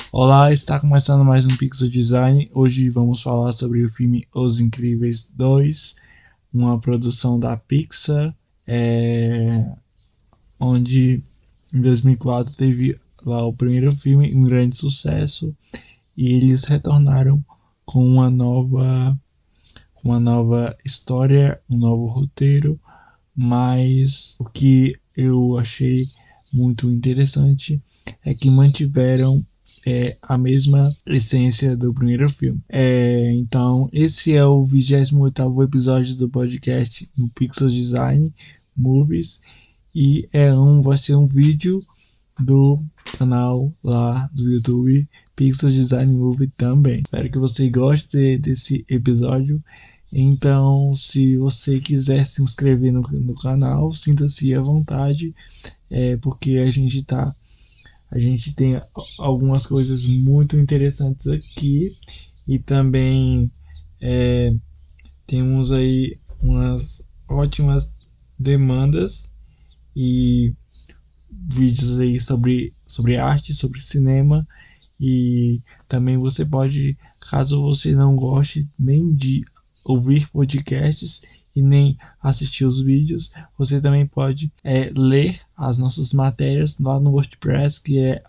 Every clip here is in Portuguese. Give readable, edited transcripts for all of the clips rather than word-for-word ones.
Olá, está começando mais um Pixel Design. Hoje vamos falar sobre o filme Os Incríveis 2, uma produção da Pixar, onde em 2004 teve lá o primeiro filme, um grande sucesso, e eles retornaram com uma nova história, um novo roteiro, mas o que eu achei muito interessante é que mantiveram a mesma essência do primeiro filme. Então, esse é o 28º episódio do podcast no Pixel Design Movies e vai ser um vídeo do canal lá do YouTube Pixel Design Movie também. Espero que você goste desse episódio. Então, se você quiser se inscrever no canal, sinta-se à vontade, porque a gente tem algumas coisas muito interessantes aqui e também temos aí umas ótimas demandas e vídeos aí sobre arte, sobre cinema, e também você pode, caso você não goste nem de ouvir podcasts e nem assistir os vídeos, você também pode ler as nossas matérias lá no WordPress, que é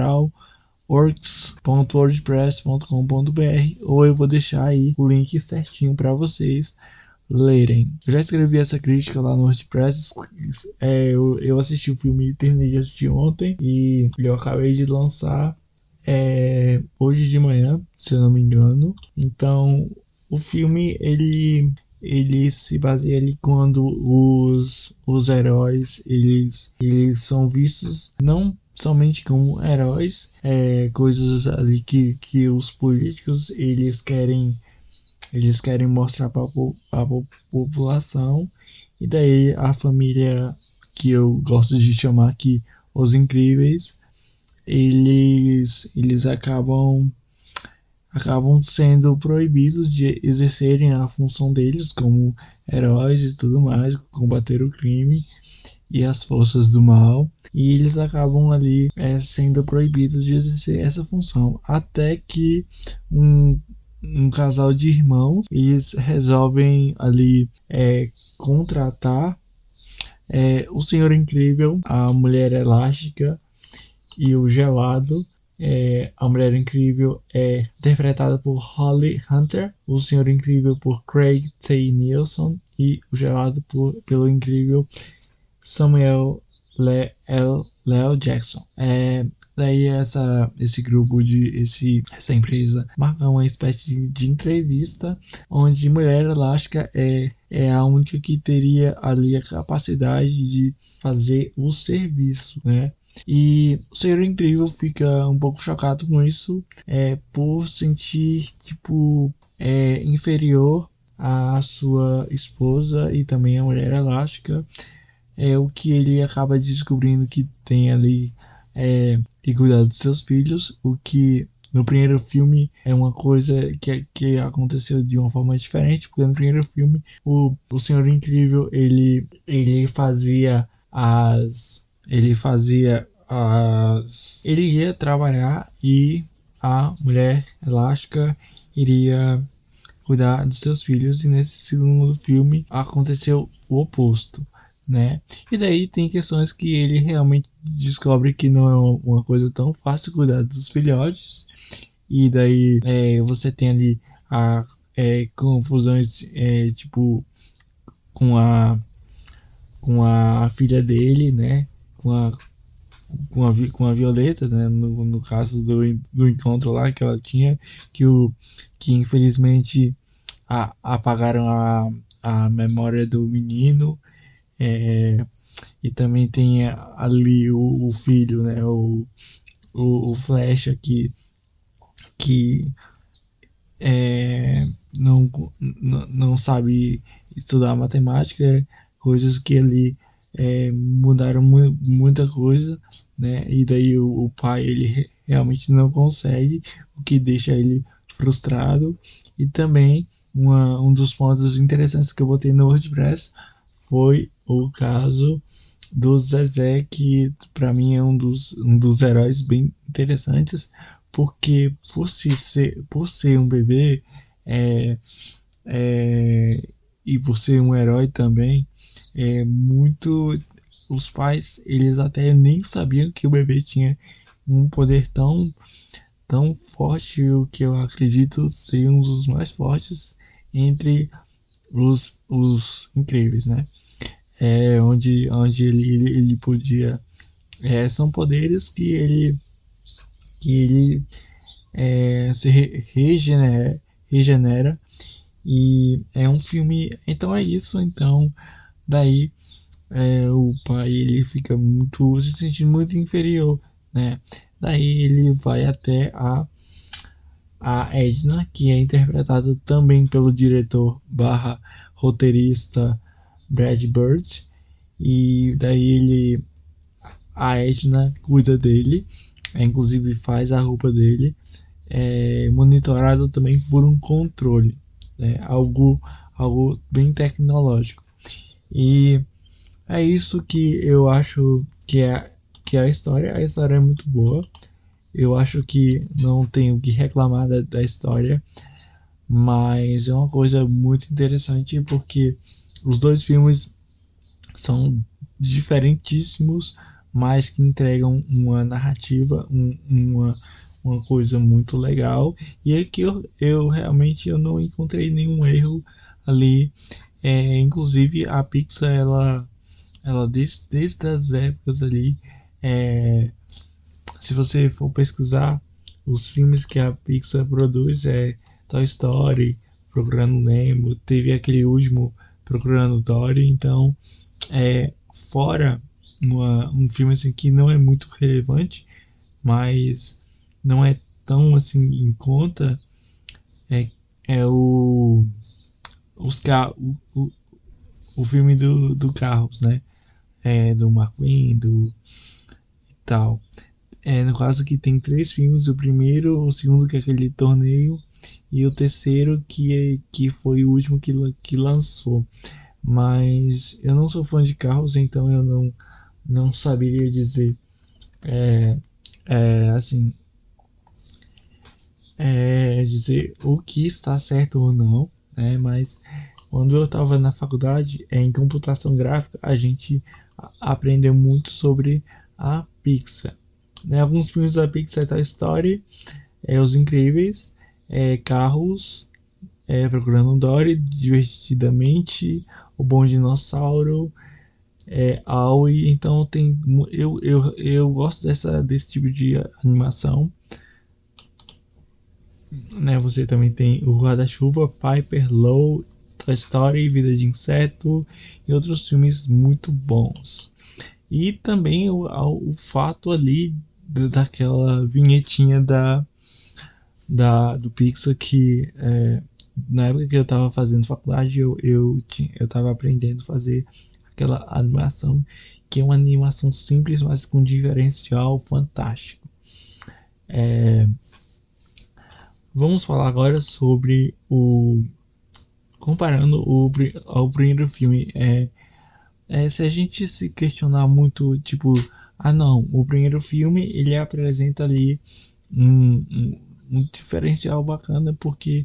autoralworks.wordpress.com.br, ou eu vou deixar aí o link certinho para vocês lerem. Eu já escrevi essa crítica lá no WordPress. Eu assisti o filme e terminei de assistir ontem, e eu acabei de lançar hoje de manhã, se eu não me engano. Então o filme ele se baseia ali quando os heróis eles são vistos não somente como heróis, coisas ali que os políticos eles querem mostrar para a população, e daí a família, que eu gosto de chamar aqui os Incríveis, eles acabam sendo proibidos de exercerem a função deles como heróis e tudo mais, combater o crime e as forças do mal, e eles acabam ali sendo proibidos de exercer essa função, até que um casal de irmãos eles resolvem ali contratar o Senhor Incrível, a Mulher Elástica e o Gelado. A Mulher Incrível é interpretada por Holly Hunter, o Senhor Incrível por Craig T. Nelson e o Gelado pelo incrível Samuel L. Jackson. Daí esse grupo essa empresa marca uma espécie de entrevista, onde Mulher Elástica é a única que teria ali a capacidade de fazer o serviço, né? E o Senhor Incrível fica um pouco chocado com isso, por sentir inferior à sua esposa e também à Mulher Elástica. O que ele acaba descobrindo que tem ali e cuidar dos seus filhos, o que no primeiro filme é uma coisa que aconteceu de uma forma diferente, porque no primeiro filme o Senhor Incrível ele ia trabalhar e a Mulher Elástica iria cuidar dos seus filhos, e nesse segundo filme aconteceu o oposto, né? E daí tem questões que ele realmente descobre que não é uma coisa tão fácil cuidar dos filhotes, e daí você tem ali confusões com a filha dele, né? Com a Violeta, né? No caso do encontro lá que ela tinha, que infelizmente apagaram a memória do menino. E também tem ali o filho, né? O Flecha que não sabe estudar matemática, coisas que ali mudaram muita coisa, né? E daí o pai ele realmente não consegue, o que deixa ele frustrado. E também um dos pontos interessantes que eu botei no WordPress foi o caso do Zezé, que pra mim é um dos heróis bem interessantes, porque por ser um bebê, é, é, e por ser um herói também, é muito. Os pais, eles até nem sabiam que o bebê tinha um poder tão forte, o que eu acredito ser um dos mais fortes entre os incríveis, né? Onde ele podia. São poderes que ele se regenera. E é um filme. Então é isso. Então, daí o pai ele fica muito. Se sentindo muito inferior, né? Daí ele vai até a Edna, que é interpretada também pelo diretor barra roteirista Brad Bird. E daí a Edna cuida dele, inclusive faz a roupa dele, monitorado também por um controle, né? Algo bem tecnológico. E é isso que eu acho que é a história. A história é muito boa. Eu acho que não tenho o que reclamar da história, mas é uma coisa muito interessante porque os dois filmes são diferentíssimos, mas que entregam uma narrativa, uma coisa muito legal. E é que eu realmente eu não encontrei nenhum erro ali. Inclusive a Pixar, ela desde as épocas ali, é, se você for pesquisar os filmes que a Pixar produz, Toy Story, Procurando Nemo, teve aquele último Procurando Dory. Então fora um filme assim que não é muito relevante, mas não é tão assim em conta, é, é o filme do Carros, né? Do McQueen, do e tal. No caso que tem três filmes, o primeiro, o segundo que é aquele torneio e o terceiro que foi o último que lançou. Mas eu não sou fã de carros, então eu não saberia dizer assim, dizer o que está certo ou não, né? Mas quando eu estava na faculdade em computação gráfica, a gente aprendeu muito sobre a Pixar, né? Alguns filmes da Pixar, Toy Story, Os Incríveis, Carros, Procurando Dory, Divertidamente, O Bom Dinossauro, Aoi. Então eu gosto desse tipo de animação, né? Você também tem o Guarda-Chuva, Piper, Low, Toy Story, Vida de Inseto e outros filmes muito bons. E também o fato ali daquela vinhetinha do Pixar que na época que eu estava fazendo faculdade eu estava aprendendo a fazer aquela animação, que é uma animação simples, mas com diferencial fantástico. Vamos falar agora sobre comparando ao primeiro filme. Se a gente se questionar muito, tipo, não, o primeiro filme ele apresenta ali um diferencial bacana, porque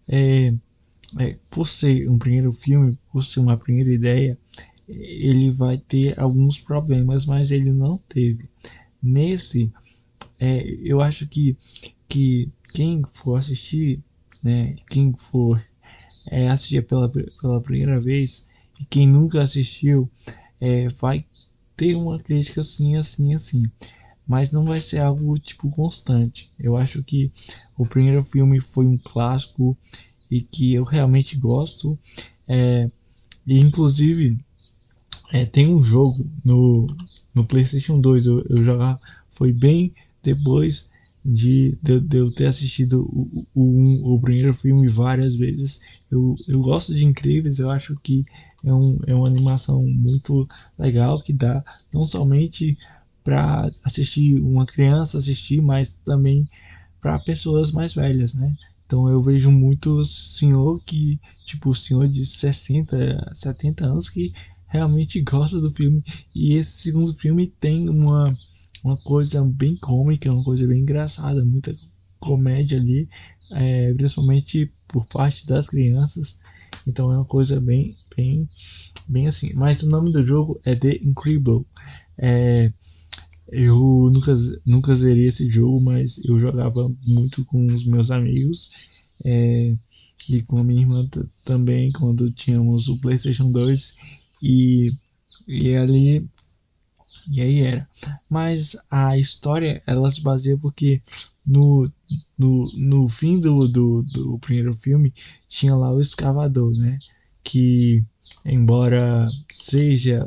por ser um primeiro filme, por ser uma primeira ideia, ele vai ter alguns problemas, mas ele não teve. Nesse, eu acho que quem for assistir, né, quem for assistir pela primeira vez, e quem nunca assistiu, vai ter uma crítica assim, assim, assim. Mas não vai ser algo tipo constante. Eu acho que o primeiro filme foi um clássico e que eu realmente gosto. E inclusive tem um jogo no PlayStation 2. Eu jogar foi bem depois de eu ter assistido o primeiro filme várias vezes. Eu gosto de Incríveis, eu acho que é uma animação muito legal que dá não somente para assistir uma criança assistir, mas também para pessoas mais velhas, né? Então eu vejo muito senhor que, tipo, senhor de 60, 70 anos que realmente gosta do filme. E esse segundo filme tem uma coisa bem cômica, uma coisa bem engraçada, muita comédia ali, principalmente por parte das crianças. Então é uma coisa bem assim. Mas o nome do jogo é The Incredible. É, eu nunca zerei esse jogo, mas eu jogava muito com os meus amigos. É, e com a minha irmã também, quando tínhamos o PlayStation 2. E, e ali. E aí era. Mas a história ela se baseia porque no, no fim do primeiro filme tinha lá o escavador, né? Que embora seja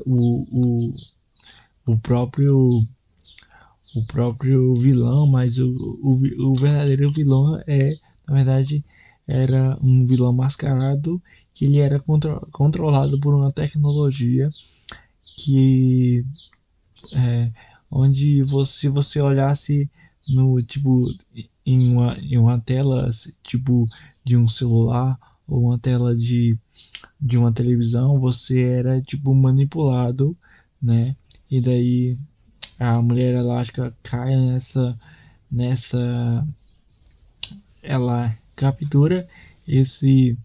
o próprio vilão, mas o verdadeiro vilão na verdade, era um vilão mascarado que ele era controlado por uma tecnologia que é, onde se você olhasse no tipo em uma tela tipo de um celular ou uma tela de uma televisão, você era tipo manipulado, né? E daí a mulher elástica cai nessa ela captura esse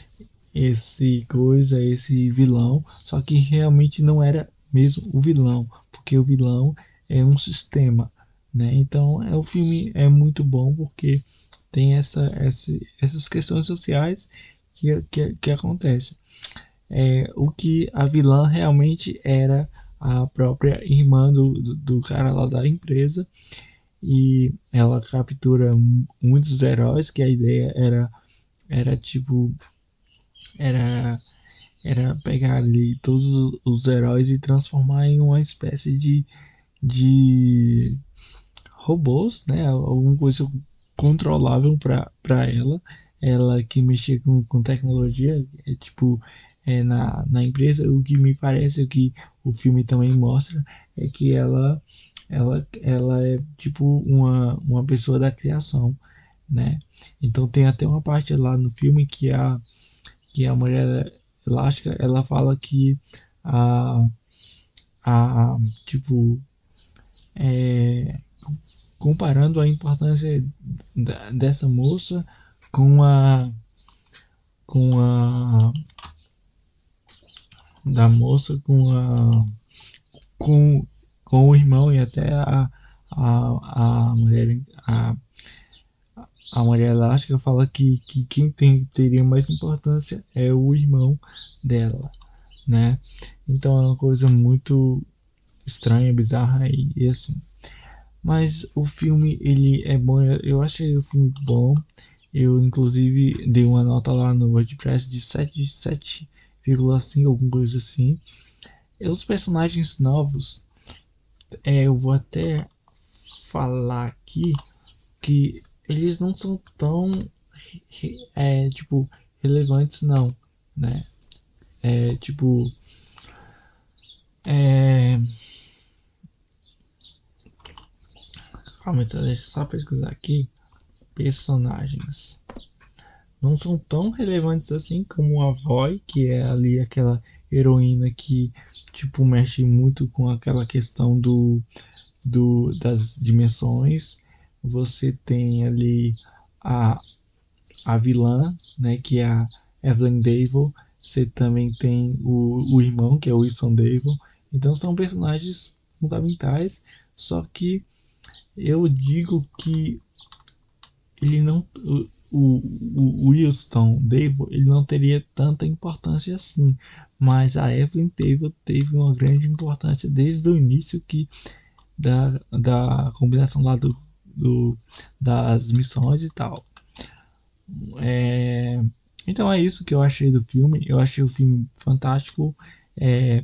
esse vilão, só que realmente não era mesmo o vilão, porque o vilão é um sistema, né? Então o filme é muito bom porque tem essas questões sociais que acontecem. O que a vilã realmente era a própria irmã do cara lá da empresa, e ela captura muitos heróis, que a ideia era tipo era era pegar ali todos os heróis e transformar em uma espécie de robôs, né? Alguma coisa controlável para ela que mexia com tecnologia, tipo na empresa. O que me parece, o que o filme também mostra, é que ela é tipo uma pessoa da criação, né? Então tem até uma parte lá no filme que a mulher elástica ela fala que a, a tipo é, comparando a importância dessa moça com a da moça com, com o irmão, e até a mulher a mulher elástica fala que quem teria mais importância é o irmão dela, né? Então é uma coisa muito estranha, bizarra e assim. Mas o filme ele é bom, eu achei o filme bom. Eu inclusive dei uma nota lá no WordPress de 7,5, alguma coisa assim. E os personagens novos, eu vou até falar aqui que eles não são tão tipo relevantes não, né? Tipo é, calma, então deixa eu só pesquisar aqui. Personagens não são tão relevantes assim como a Voy, que é ali aquela heroína que tipo mexe muito com aquela questão das dimensões. Você tem ali a, a vilã, né, que é a Evelyn Davil. Você também tem o irmão, que é o Wilson Davil. Então são personagens fundamentais, só que eu digo que ele não o Wilson Davil ele não teria tanta importância assim, mas a Evelyn Davil teve uma grande importância desde o início da combinação lá das missões e tal. É, então é isso que eu achei do filme. Eu achei o filme fantástico. É,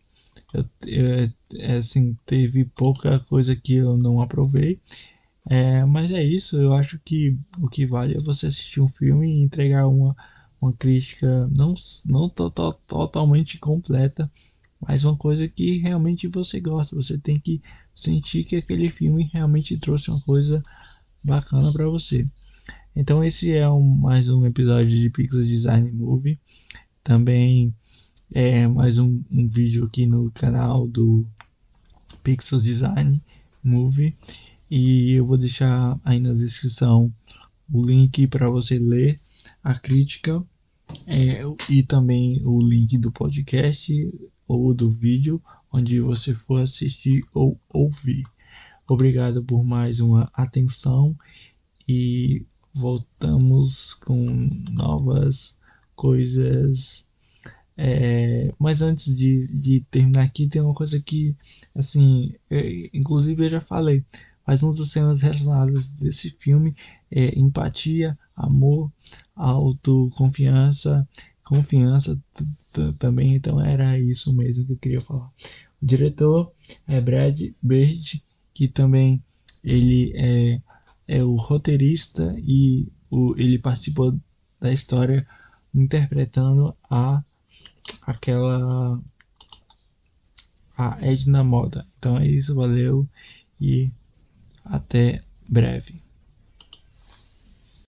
assim, teve pouca coisa que eu não aprovei. Mas é isso. Eu acho que o que vale é você assistir um filme e entregar uma crítica não totalmente completa, mas uma coisa que realmente você gosta. Você tem que sentir que aquele filme realmente trouxe uma coisa bacana para você. Então esse é mais um episódio de Pixel Design Movie. Também mais um vídeo aqui no canal do Pixel Design Movie, e eu vou deixar aí na descrição o link para você ler a crítica, e também o link do podcast ou do vídeo onde você for assistir ou ouvir. Obrigado por mais uma atenção e voltamos com novas coisas. Mas antes de terminar aqui, tem uma coisa que, assim, inclusive eu já falei, mas uma das cenas relacionadas desse filme é empatia, amor, autoconfiança, confiança também. Então era isso mesmo que eu queria falar. O diretor é Brad Bird, que também ele é o roteirista e ele participou da história interpretando aquela a Edna Moda. Então é isso, valeu e até breve.